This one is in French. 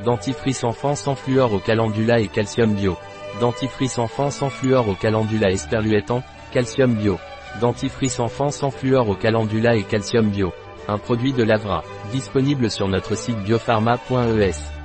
Dentifrice enfant sans fluor au calendula et calcium bio. Dentifrice enfant sans fluor au calendula esperluétan, calcium bio. Dentifrice enfant sans fluor au calendula et calcium bio. Un produit de Lavra, disponible sur notre site biopharma.es.